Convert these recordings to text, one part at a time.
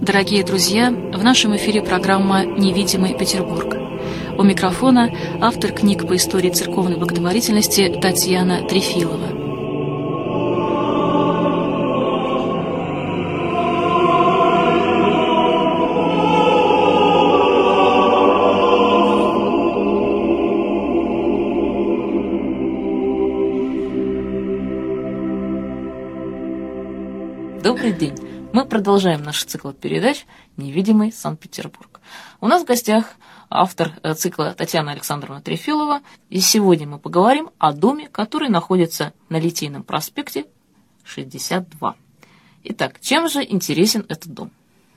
Дорогие друзья, в нашем эфире программа «Невидимый Петербург». У микрофона автор книг по истории церковной благотворительности Татьяна Трефилова. Добрый день! Мы продолжаем наш цикл передач «Невидимый Санкт-Петербург». У нас в гостях автор цикла Татьяна Александровна Трефилова. И сегодня мы поговорим о доме, который находится на Литейном проспекте 62. Итак, чем же интересен этот дом?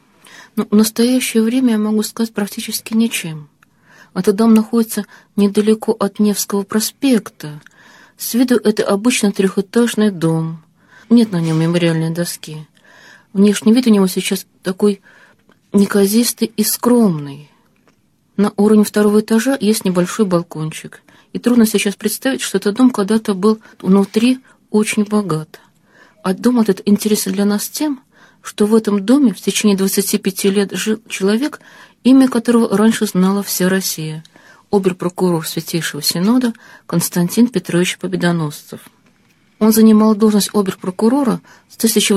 В настоящее время я могу сказать практически ничем. Этот дом находится недалеко от Невского проспекта. С виду это обычно трехэтажный дом. Нет на нем мемориальной доски. Внешний вид у него сейчас такой неказистый и скромный. На уровне второго этажа есть небольшой балкончик. И трудно сейчас представить, что этот дом когда-то был внутри очень богат. А дом этот интересен для нас тем, что в этом доме в течение 25 лет жил человек, имя которого раньше знала вся Россия. Обер-прокурор Святейшего Синода Константин Петрович Победоносцев. Он занимал должность обер-прокурора с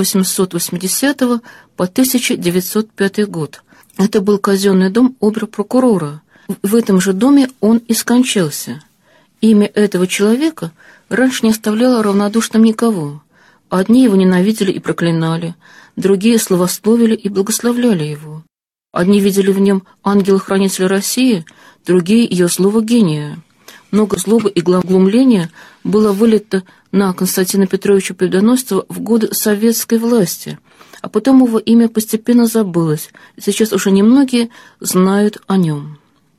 1880 по 1905 год. Это был казенный дом обер-прокурора. В этом же доме он и скончался. Имя этого человека раньше не оставляло равнодушным никого. Одни его ненавидели и проклинали, другие славословили и благословляли его. Одни видели в нем ангела-хранителя России, другие ее злого гения. Много злобы и глумления было вылито на Константина Петровича Победоносцева в годы советской власти, а потом его имя постепенно забылось, и сейчас уже немногие знают о нем.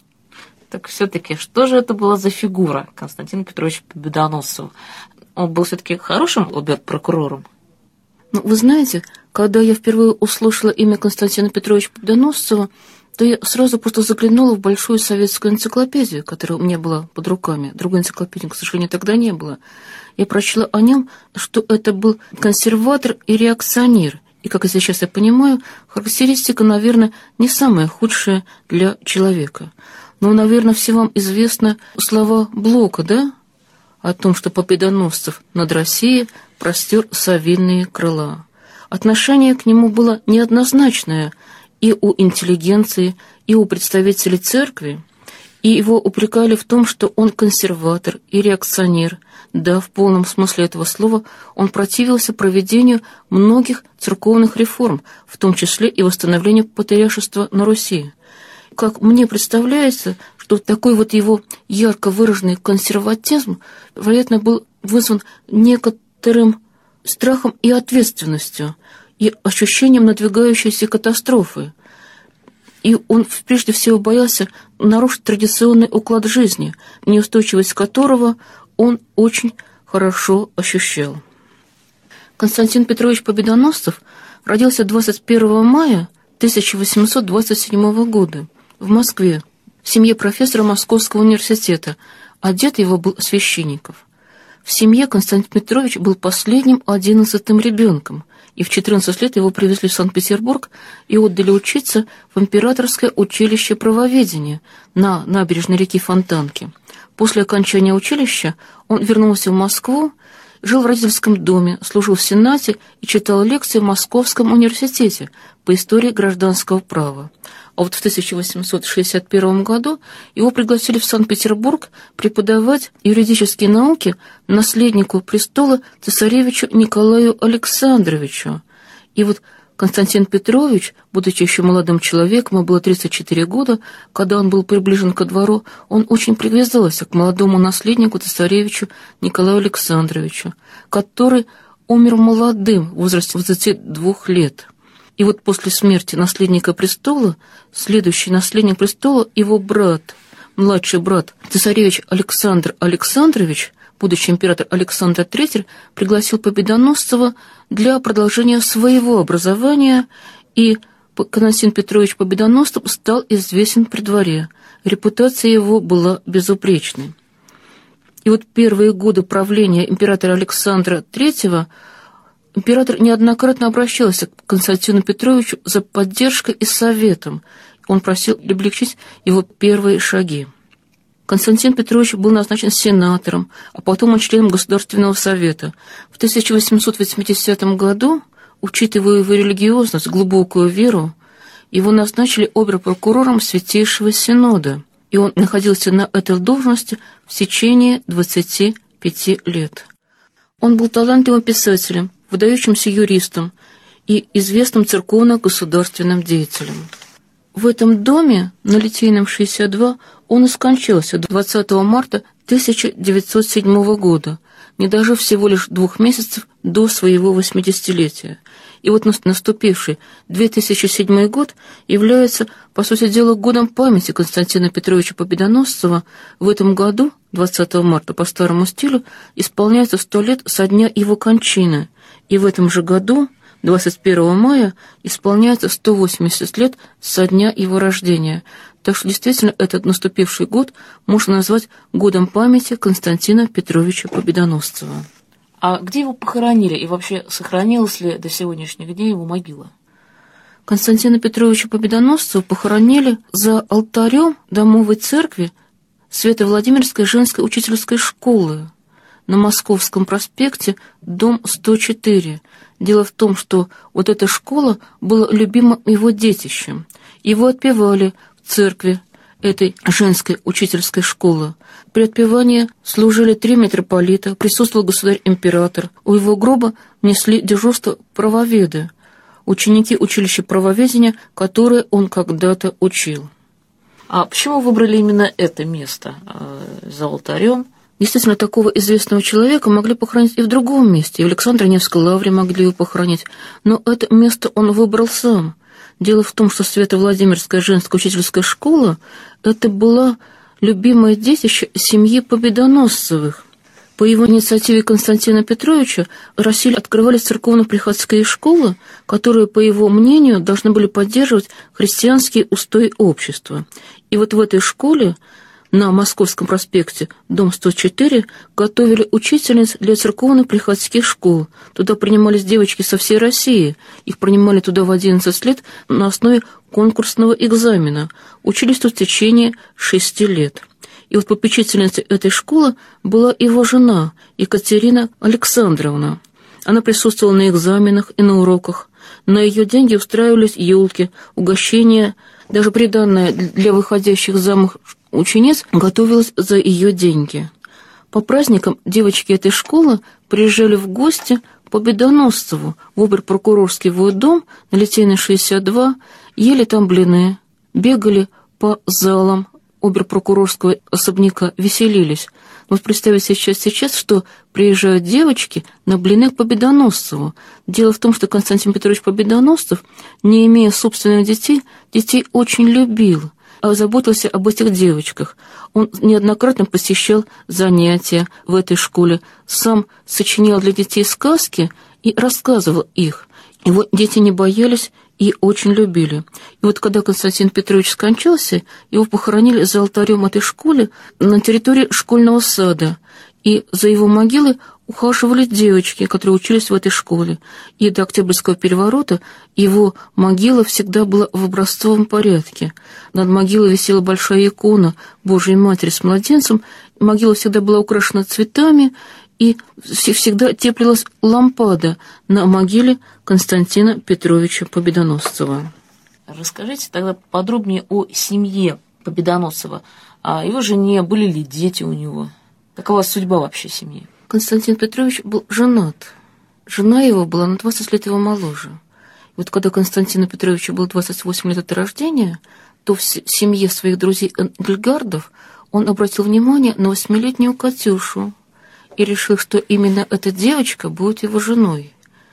Так все-таки, что же это была за фигура Константина Петровича Победоносцева? Он был все-таки хорошим обер-прокурором? Вы знаете, когда я впервые услышала имя Константина Петровича Победоносцева, то я сразу просто заглянула в большую советскую энциклопедию, которая у меня была под руками. Другой энциклопедии, к сожалению, тогда не было. Я прочла о нем, что это был консерватор и реакционер. И, как сейчас я понимаю, характеристика, наверное, не самая худшая для человека. Но, наверное, всем вам известны слова Блока, да? О том, что Победоносцев над Россией простер совиные крыла. Отношение к нему было неоднозначное и у интеллигенции, и у представителей церкви, и его упрекали в том, что он консерватор и реакционер. Да, в полном смысле этого слова он противился проведению многих церковных реформ, в том числе и восстановлению патриаршества на Руси. Как мне представляется, что такой вот его ярко выраженный консерватизм, вероятно, был вызван некоторым страхом и ответственностью, и ощущением надвигающейся катастрофы. И он прежде всего боялся нарушить традиционный уклад жизни, неустойчивость которого он очень хорошо ощущал. Константин Петрович Победоносцев родился 21 мая 1827 года в Москве, в семье профессора Московского университета, а дед его был священников. В семье Константин Петрович был последним 11-м ребенком, и в 14 лет его привезли в Санкт-Петербург и отдали учиться в Императорское училище правоведения на набережной реки Фонтанки. После окончания училища он вернулся в Москву, жил в родительском доме, служил в Сенате и читал лекции в Московском университете по истории гражданского права. А вот в 1861 году его пригласили в Санкт-Петербург преподавать юридические науки наследнику престола цесаревичу Николаю Александровичу. И вот Константин Петрович, будучи еще молодым человеком, ему было 34 года, когда он был приближен ко двору, он очень привязался к молодому наследнику цесаревичу Николаю Александровичу, который умер молодым, в возрасте 22 лет. И вот после смерти наследника престола, следующий наследник престола, его брат, младший брат, цесаревич Александр Александрович, будущий император Александр III, пригласил Победоносцева для продолжения своего образования, и Константин Петрович Победоносцев стал известен при дворе. Репутация его была безупречной. И вот первые годы правления императора Александра III Император неоднократно обращался к Константину Петровичу за поддержкой и советом. Он просил облегчить его первые шаги. Константин Петрович был назначен сенатором, а потом он членом Государственного совета. В 1880 году, учитывая его религиозность, глубокую веру, его назначили обер-прокурором Святейшего Синода, и он находился на этой должности в течение 25 лет. Он был талантливым писателем, выдающимся юристом и известным церковно-государственным деятелем. В этом доме на Литейном, 62, он и скончался 20 марта 1907 года, не дожив всего лишь 2 месяцев до своего 80-летия. И вот наступивший 2007 год является, по сути дела, годом памяти Константина Петровича Победоносцева. В этом году, 20 марта по старому стилю, исполняется 100 лет со дня его кончины. И в этом же году, 21 мая, исполняется 180 лет со дня его рождения. Так что действительно этот наступивший год можно назвать годом памяти Константина Петровича Победоносцева. А где его похоронили и вообще сохранилась ли до сегодняшних дней его могила? Константина Петровича Победоносцева похоронили за алтарем домовой церкви Свято-Владимирской женской учительской школы на Московском проспекте, дом 104. Дело в том, что вот эта школа была любимым его детищем. Его отпевали в церкви этой женской учительской школы. При отпевании служили 3 митрополита, присутствовал государь-император. У его гроба несли дежурство правоведы, ученики училища правоведения, которое он когда-то учил. А почему выбрали именно это место за алтарем? Действительно, такого известного человека могли похоронить и в другом месте, и в Александро-Невской лавре могли его похоронить, но это место он выбрал сам. Дело в том, что Свято-Владимирская женская учительская школа – это была любимое детище семьи Победоносцевых. По его инициативе Константина Петровича в России открывались церковно-приходские школы, которые, по его мнению, должны были поддерживать христианские устои общества. И вот в этой школе на Московском проспекте, дом 104, готовили учительниц для церковно-приходских школ. Туда принимались девочки со всей России. Их принимали туда в 11 лет на основе конкурсного экзамена. Учились тут в течение 6 лет. И вот попечительницей этой школы была его жена Екатерина Александровна. Она присутствовала на экзаменах и на уроках. На ее деньги устраивались елки, угощения, даже приданное для выходящих замуж учениц готовилось за ее деньги. По праздникам девочки этой школы приезжали в гости к Победоносцеву в обер-прокурорский воендом на Литейной, 62, ели там блины, бегали по залам обер-прокурорского особняка, веселились. Вот представьте сейчас, что приезжают девочки на блины к Победоносцеву. Дело в том, что Константин Петрович Победоносцев, не имея собственных детей очень любил, а заботился об этих девочках. Он неоднократно посещал занятия в этой школе, сам сочинял для детей сказки и рассказывал их. Его дети не боялись и очень любили. И вот когда Константин Петрович скончался, его похоронили за алтарем этой школы на территории школьного сада. И за его могилой ухаживали девочки, которые учились в этой школе. И до Октябрьского переворота его могила всегда была в образцовом порядке. Над могилой висела большая икона Божьей Матери с младенцем. Могила всегда была украшена цветами, и всегда теплилась лампада на могиле Константина Петровича Победоносцева. Расскажите тогда подробнее о семье Победоносцева. О его жене, были ли дети у него? Какова судьба вообще семьи? Константин Петрович был женат. Жена его была на 20 лет его моложе. И вот когда Константину Петровичу было 28 лет от рождения, то в семье своих друзей Энгельгардов он обратил внимание на 8-летнюю Катюшу и решил, что именно эта девочка будет его женой.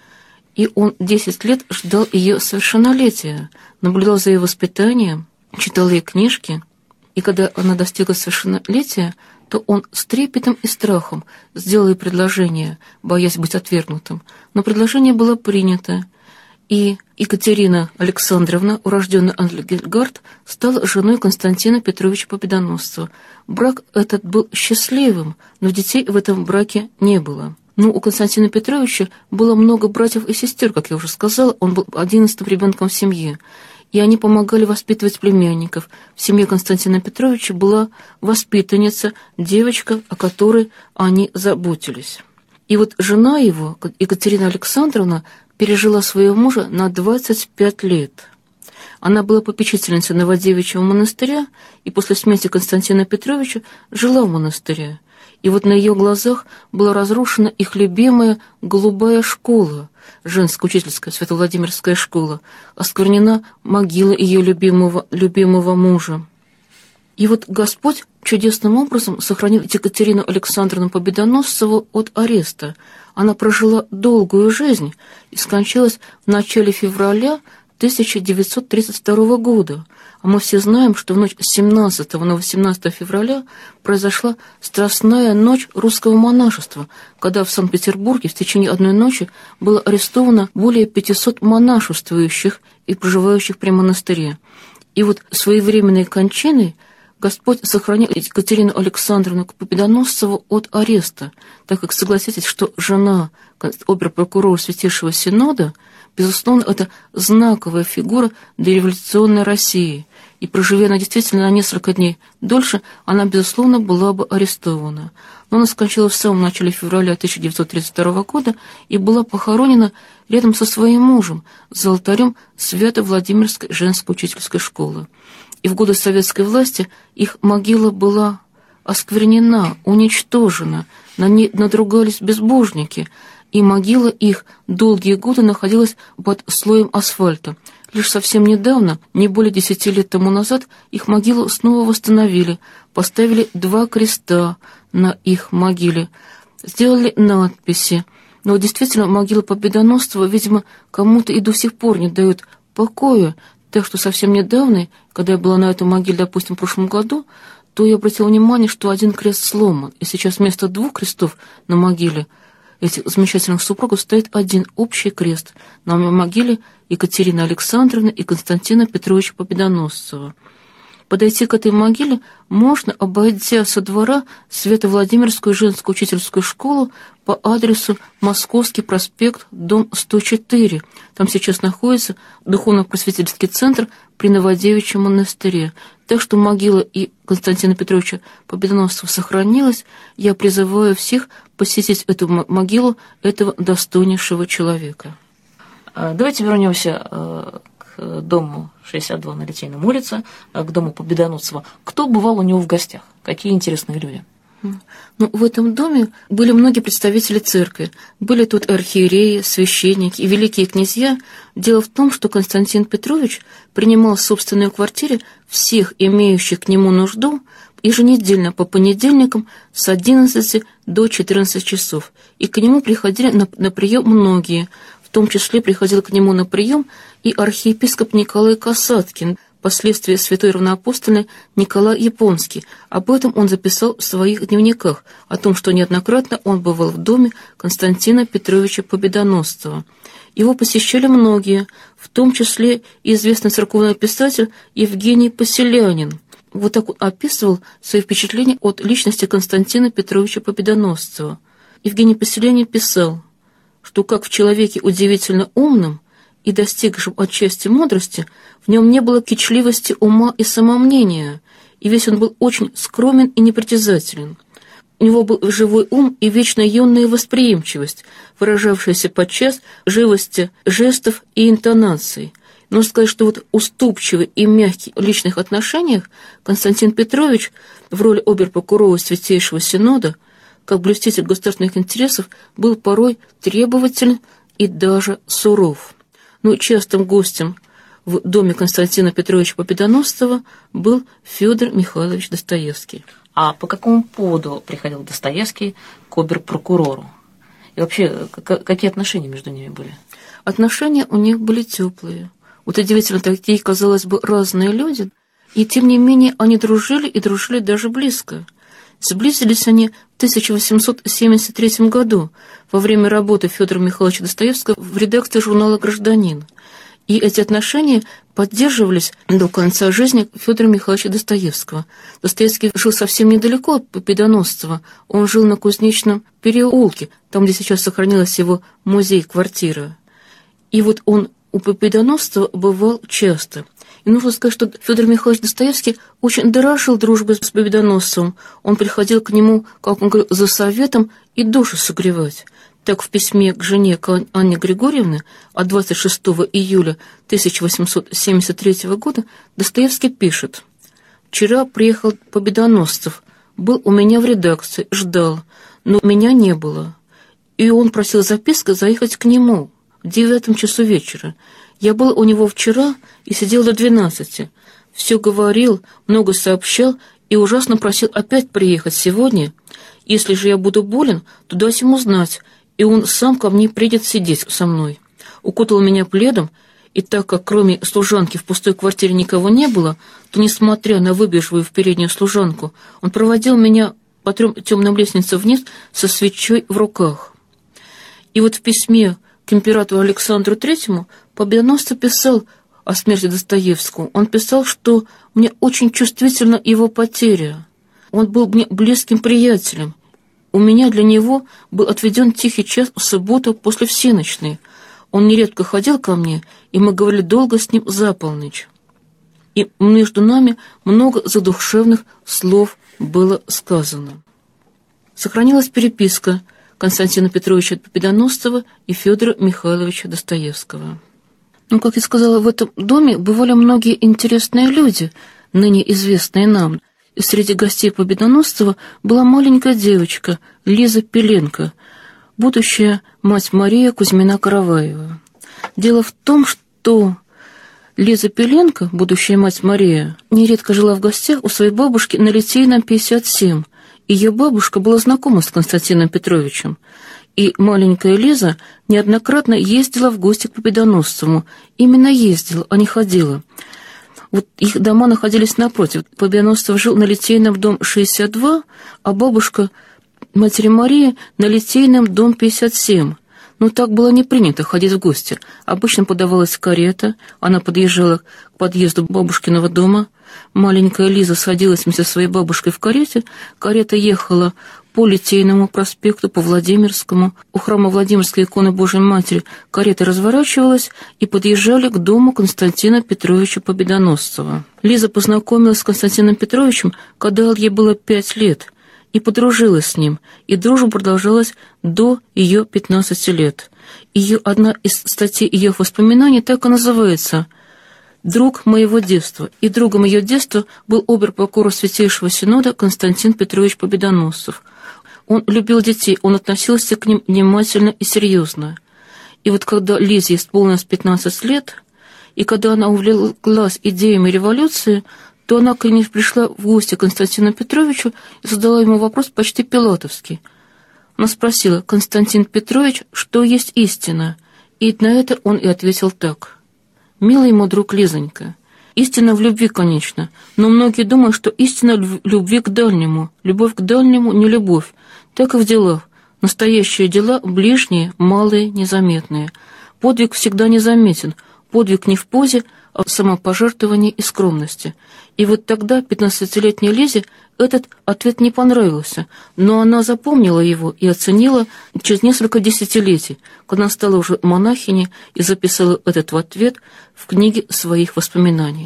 И он 10 лет ждал ее совершеннолетия, наблюдал за ее воспитанием, читал ей книжки. И когда она достигла совершеннолетия, то он с трепетом и страхом сделал ей предложение, боясь быть отвергнутым. Но предложение было принято, и Екатерина Александровна, урожденная Энгельгард, стала женой Константина Петровича Победоносцева. Брак этот был счастливым, но детей в этом браке не было. Ну, у Константина Петровича было много братьев и сестер, как я уже сказала, он был 11-м ребенком в семье, и они помогали воспитывать племянников. В семье Константина Петровича была воспитанница, девочка, о которой они заботились. И вот жена его, Екатерина Александровна, пережила своего мужа на 25 лет. Она была попечительницей Новодевичьего монастыря, и после смерти Константина Петровича жила в монастыре. И вот на ее глазах была разрушена их любимая голубая школа, женская учительская Свято-Владимирская школа, осквернена могила ее любимого мужа. И вот Господь чудесным образом сохранил Екатерину Александровну Победоносцеву от ареста. Она прожила долгую жизнь и скончалась в начале февраля 1932 года. А мы все знаем, что в ночь с 17 на 18 февраля произошла страстная ночь русского монашества, когда в Санкт-Петербурге в течение одной ночи было арестовано более 500 монашествующих и проживающих при монастыре. И вот своевременной кончиной Господь сохранил Екатерину Александровну Победоносцеву от ареста, так как, согласитесь, что жена обер-прокурора Святейшего Синода, безусловно, это знаковая фигура дореволюционной России. И проживя она действительно на несколько дней дольше, она, безусловно, была бы арестована. Но она скончалась в самом начале февраля 1932 года и была похоронена рядом со своим мужем за алтарем Свято-Владимирской женской учительской школы. И в годы советской власти их могила была осквернена, уничтожена, на ней надругались безбожники, и могила их долгие годы находилась под слоем асфальта. Лишь совсем недавно, не более 10 лет тому назад, их могилу снова восстановили, поставили 2 креста на их могиле, сделали надписи. Но действительно, могила Победоносцева, видимо, кому-то и до сих пор не дает покоя. Так что совсем недавно, когда я была на этой могиле, допустим, в прошлом году, то я обратила внимание, что один крест сломан, и сейчас вместо 2 крестов на могиле этих замечательных супругов стоит один общий крест на могиле Екатерины Александровны и Константина Петровича Победоносцева. Подойти к этой могиле можно, обойдя со двора Свято-Владимирскую женскую учительскую школу по адресу Московский проспект, дом 104. Там сейчас находится духовно-просветительский центр при Новодевичьем монастыре. Так что могила и Константина Петровича Победоносцева сохранилась. Я призываю всех посетить эту могилу этого достойнейшего человека. Давайте вернемся к дому 62 на Литейном улице, к дому Победоносцева. Кто бывал у него в гостях? Какие интересные люди? Ну, в этом доме были многие представители церкви. Были тут архиереи, священники и великие князья. Дело в том, что Константин Петрович принимал в собственной квартире всех имеющих к нему нужду еженедельно по понедельникам с 11 до 14 часов. И к нему приходили на прием многие. В том числе приходил к нему на прием и архиепископ Николай Касаткин, впоследствии святой равноапостольный Николай Японский. Об этом он записал в своих дневниках, о том, что неоднократно он бывал в доме Константина Петровича Победоносцева. Его посещали многие, в том числе и известный церковный писатель Евгений Поселянин. Вот так он описывал свои впечатления от личности Константина Петровича Победоносцева. Евгений Поселянин писал, что как в человеке удивительно умном и достигшем отчасти мудрости, в нем не было кичливости ума и самомнения, и весь он был очень скромен и непритязателен. У него был живой ум и вечно юная восприимчивость, выражавшаяся подчас в живости жестов и интонаций. Нужно сказать, что вот уступчивый и мягкий в личных отношениях Константин Петрович в роли обер-прокурора Святейшего Синода, как блюститель государственных интересов, был порой требователен и даже суров. Но частым гостем в доме Константина Петровича Победоносцева был Федор Михайлович Достоевский. А по какому поводу приходил Достоевский к обер-прокурору? И вообще, какие отношения между ними были? Отношения у них были теплые. Вот удивительно, такие, казалось бы, разные люди, и тем не менее они дружили и дружили даже близко. Сблизились они в 1873 году во время работы Федора Михайловича Достоевского в редакции журнала «Гражданин». И эти отношения поддерживались до конца жизни Федора Михайловича Достоевского. Достоевский жил совсем недалеко от Победоносцева. Он жил на Кузнечном переулке, там, где сейчас сохранилась его музей-квартира. И вот он у Победоносцева бывал часто. И нужно сказать, что Федор Михайлович Достоевский очень дорожил дружбой с Победоносцевым. Он приходил к нему, как он говорил, за советом и душу согревать. Так в письме к жене к Анне Григорьевне от 26 июля 1873 года Достоевский пишет: «Вчера приехал Победоносцев, был у меня в редакции, ждал, но меня не было. И он просил запиской заехать к нему в 9 часу вечера. Я был у него вчера и сидел до 12. Все говорил, много сообщал и ужасно просил опять приехать сегодня. Если же я буду болен, то дать ему знать, и он сам ко мне придет сидеть со мной. Укутал меня пледом, и так как кроме служанки в пустой квартире никого не было, то, несмотря на выбежавшую в переднюю служанку, он проводил меня по 3 темным лестницам вниз со свечой в руках». И вот в письме к императору Александру III Победоносцев писал о смерти Достоевского. Он писал, что «мне очень чувствительна его потеря. Он был мне близким приятелем. У меня для него был отведен тихий час в субботу после всеночной. Он нередко ходил ко мне, и мы говорили долго с ним за полночь. И между нами много задушевных слов было сказано». Сохранилась переписка Константина Петровича Победоносцева и Федора Михайловича Достоевского. Ну, как я сказала, в этом доме бывали многие интересные люди, ныне известные нам. И среди гостей Победоносцева была маленькая девочка Лиза Пеленко, будущая мать Мария Кузьмина-Караваева. Дело в том, что Лиза Пеленко, будущая мать Мария, нередко жила в гостях у своей бабушки на Литейном 57. Ее бабушка была знакома с Константином Петровичем, и маленькая Лиза неоднократно ездила в гости к Победоносцеву. Именно ездила, а не ходила. Вот их дома находились напротив. Победоносцев жил на Литейном, дом 62, а бабушка матери Марии на Литейном, дом 57. Но так было не принято ходить в гости. Обычно подавалась карета, она подъезжала к подъезду бабушкиного дома. Маленькая Лиза садилась вместе со своей бабушкой в карете. Карета ехала по Литейному проспекту, по Владимирскому. У храма Владимирской иконы Божией Матери карета разворачивалась и подъезжали к дому Константина Петровича Победоносцева. Лиза познакомилась с Константином Петровичем, когда ей было 5 лет, и подружилась с ним, и дружба продолжалась до ее 15 лет. Одна из статей ее воспоминаний так и называется «Друг моего детства», и другом ее детства был обер-прокурор Святейшего Синода Константин Петрович Победоносцев. Он любил детей, он относился к ним внимательно и серьезно. И вот когда Лизе исполнилось 15 лет, и когда она увлеклась идеями революции, то она, конечно, пришла в гости к Константину Петровичу и задала ему вопрос почти пилатовский. Она спросила: «Константин Петрович, что есть истина?» И на это он и ответил так: «Милый мой друг Лизонька, истина в любви, конечно, но многие думают, что истина в любви к дальнему, любовь к дальнему не любовь. Так и в делах. Настоящие дела ближние, малые, незаметные. Подвиг всегда незаметен, подвиг не в позе, а в самопожертвовании и скромности». И вот тогда 15-летней Лизе этот ответ не понравился, но она запомнила его и оценила через несколько десятилетий, когда она стала уже монахиней и записала этот ответ в книге своих воспоминаний.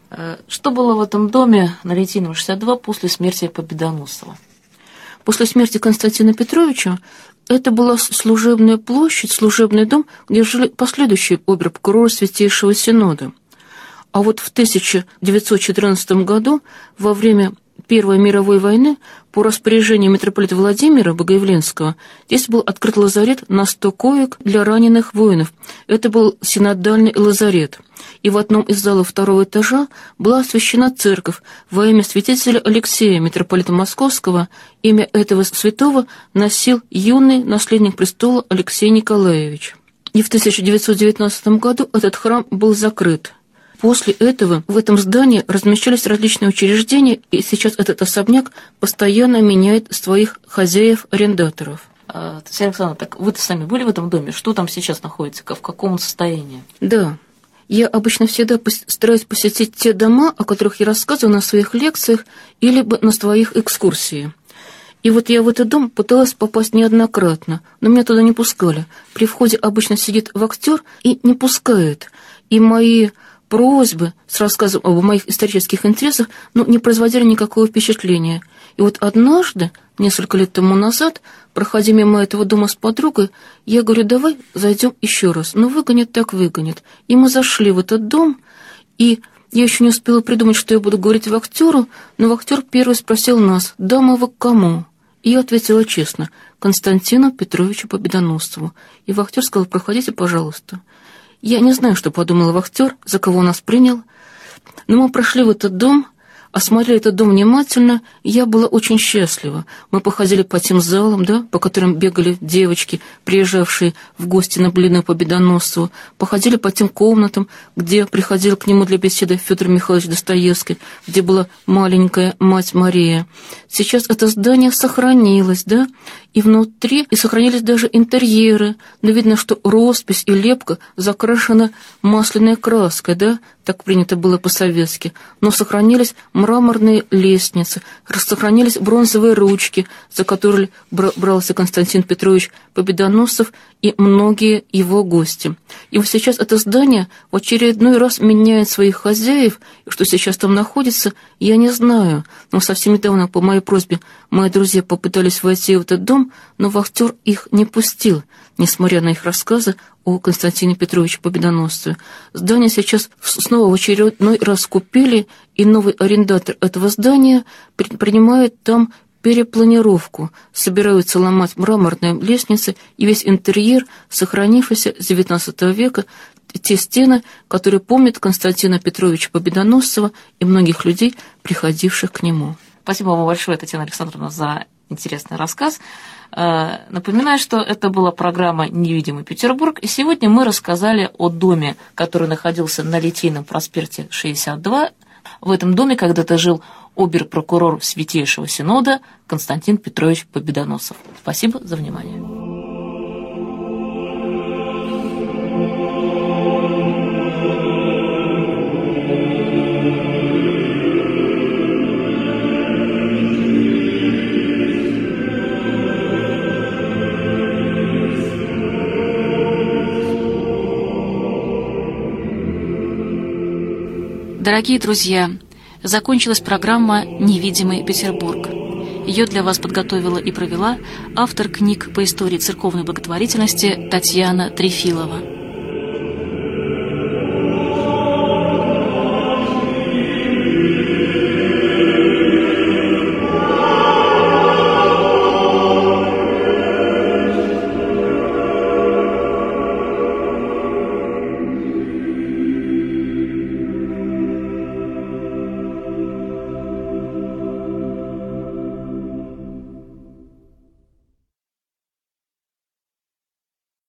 Что было в этом доме на Литейном 62 после смерти Победоносцева? После смерти Константина Петровича это была служебная площадь, служебный дом, где жили последующие обер-прокуроры Святейшего Синода. А вот в 1914 году, во время Первой мировой войны, по распоряжению митрополита Владимира Богоявленского, здесь был открыт лазарет на 100 коек для раненых воинов. Это был синодальный лазарет. И в одном из залов 2-го этажа была освящена церковь во имя святителя Алексея, митрополита Московского. Имя этого святого носил юный наследник престола Алексей Николаевич. И в 1919 году этот храм был закрыт. После этого в этом здании размещались различные учреждения, и сейчас этот особняк постоянно меняет своих хозяев-арендаторов. Татьяна Александровна, так вы-то сами были в этом доме? Что там сейчас находится? В каком состоянии? Да, Я обычно всегда стараюсь посетить те дома, о которых я рассказываю на своих лекциях или на своих экскурсиях. И вот я в этот дом пыталась попасть неоднократно, но меня туда не пускали. При входе обычно сидит вахтер и не пускает. И мои просьбы с рассказом об моих исторических интересах не производили никакого впечатления. И вот однажды, несколько лет тому назад, проходя мимо этого дома с подругой, я говорю, давай зайдем еще раз. Но выгонят так выгонят. И мы зашли в этот дом, и я еще не успела придумать, что я буду говорить вахтеру, но вахтер первый спросил нас, дамы, вы к кому? И я ответила честно, Константину Петровичу Победоносцеву. И вахтер сказал, проходите, пожалуйста. Я не знаю, что подумал вахтер, за кого нас принял, но мы прошли в этот дом, осмотрели этот дом внимательно, и я была очень счастлива. Мы походили по тем залам, да, по которым бегали девочки, приезжавшие в гости на блины Победоносцеву, походили по тем комнатам, где приходил к нему для беседы Федор Михайлович Достоевский, где была маленькая мать Мария. Сейчас это здание сохранилось, да, и внутри, и сохранились даже интерьеры, но видно, что роспись и лепка закрашена масляной краской, да, так принято было по-советски, но сохранились мраморные лестницы, сохранились бронзовые ручки, за которые брался Константин Петрович Победоносцев и многие его гости. И вот сейчас это здание в очередной раз меняет своих хозяев, и что сейчас там находится, я не знаю. Но совсем недавно по моей просьбе мои друзья попытались войти в этот дом, но вахтер их не пустил, несмотря на их рассказы о Константине Петровиче Победоносцеве. Здание сейчас снова в очередной раз купили, и новый арендатор этого здания принимает там перепланировку. Собираются ломать мраморные лестницы и весь интерьер, сохранившийся с XIX века, те стены, которые помнят Константина Петровича Победоносцева и многих людей, приходивших к нему. Спасибо вам большое, Татьяна Александровна, за интересный рассказ. Напоминаю, что это была программа «Невидимый Петербург», и сегодня мы рассказали о доме, который находился на Литейном проспекте 62. В этом доме когда-то жил обер-прокурор Святейшего Синода Константин Петрович Победоносцев. Спасибо за внимание. Дорогие друзья, закончилась программа «Невидимый Петербург». Ее для вас подготовила и провела автор книг по истории церковной благотворительности Татьяна Трефилова.